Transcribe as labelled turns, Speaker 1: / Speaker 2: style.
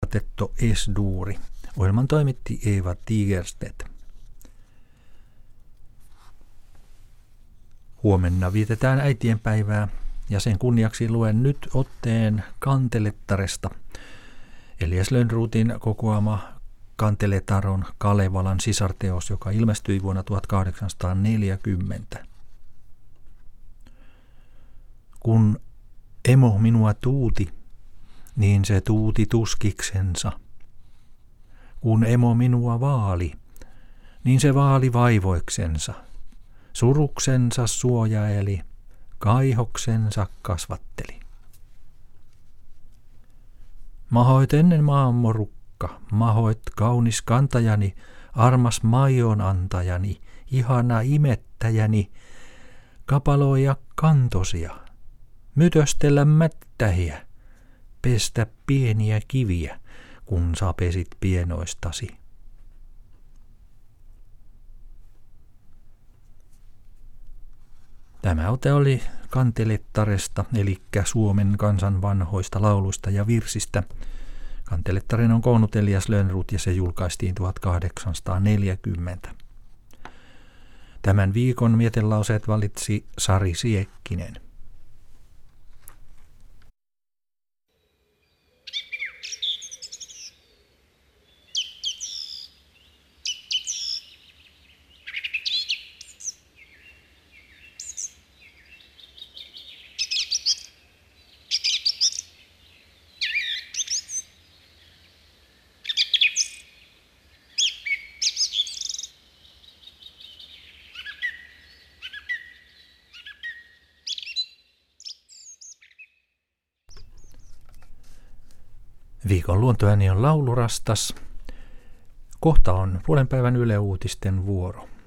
Speaker 1: Kvartetto Es-duuri. Ohjelman toimitti Eeva Tigerstedt. Huomenna vietetään äitienpäivää ja sen kunniaksi luen nyt otteen Kantelettaresta, Elias Lönnrotin kokoama Kanteletaron Kalevalan sisarteos, joka ilmestyi vuonna 1840. Kun emo minua tuuti, niin se tuuti tuskiksensa. Kun emo minua vaali, niin se vaali vaivoiksensa. Suruksensa suojaeli, kaihoksensa kasvatteli. Mahoit ennen maanmorukka, mahoit kaunis kantajani, armas maion antajani, ihana imettäjäni, kapaloja kantosia, mytöstellä mättähiä, pestä pieniä kiviä, kun sä pesit pienoistasi. Tämä ote oli Kantelettaresta, eli Suomen kansan vanhoista lauluista ja virsistä. Kantelettaren on koonnut Elias Lönnrot ja se julkaistiin 1840. Tämän viikon mietelauseet valitsi Sari Siekkinen. Viikon luontoääni on laulurastas. Kohta on puolen päivän Yle Uutisten vuoro.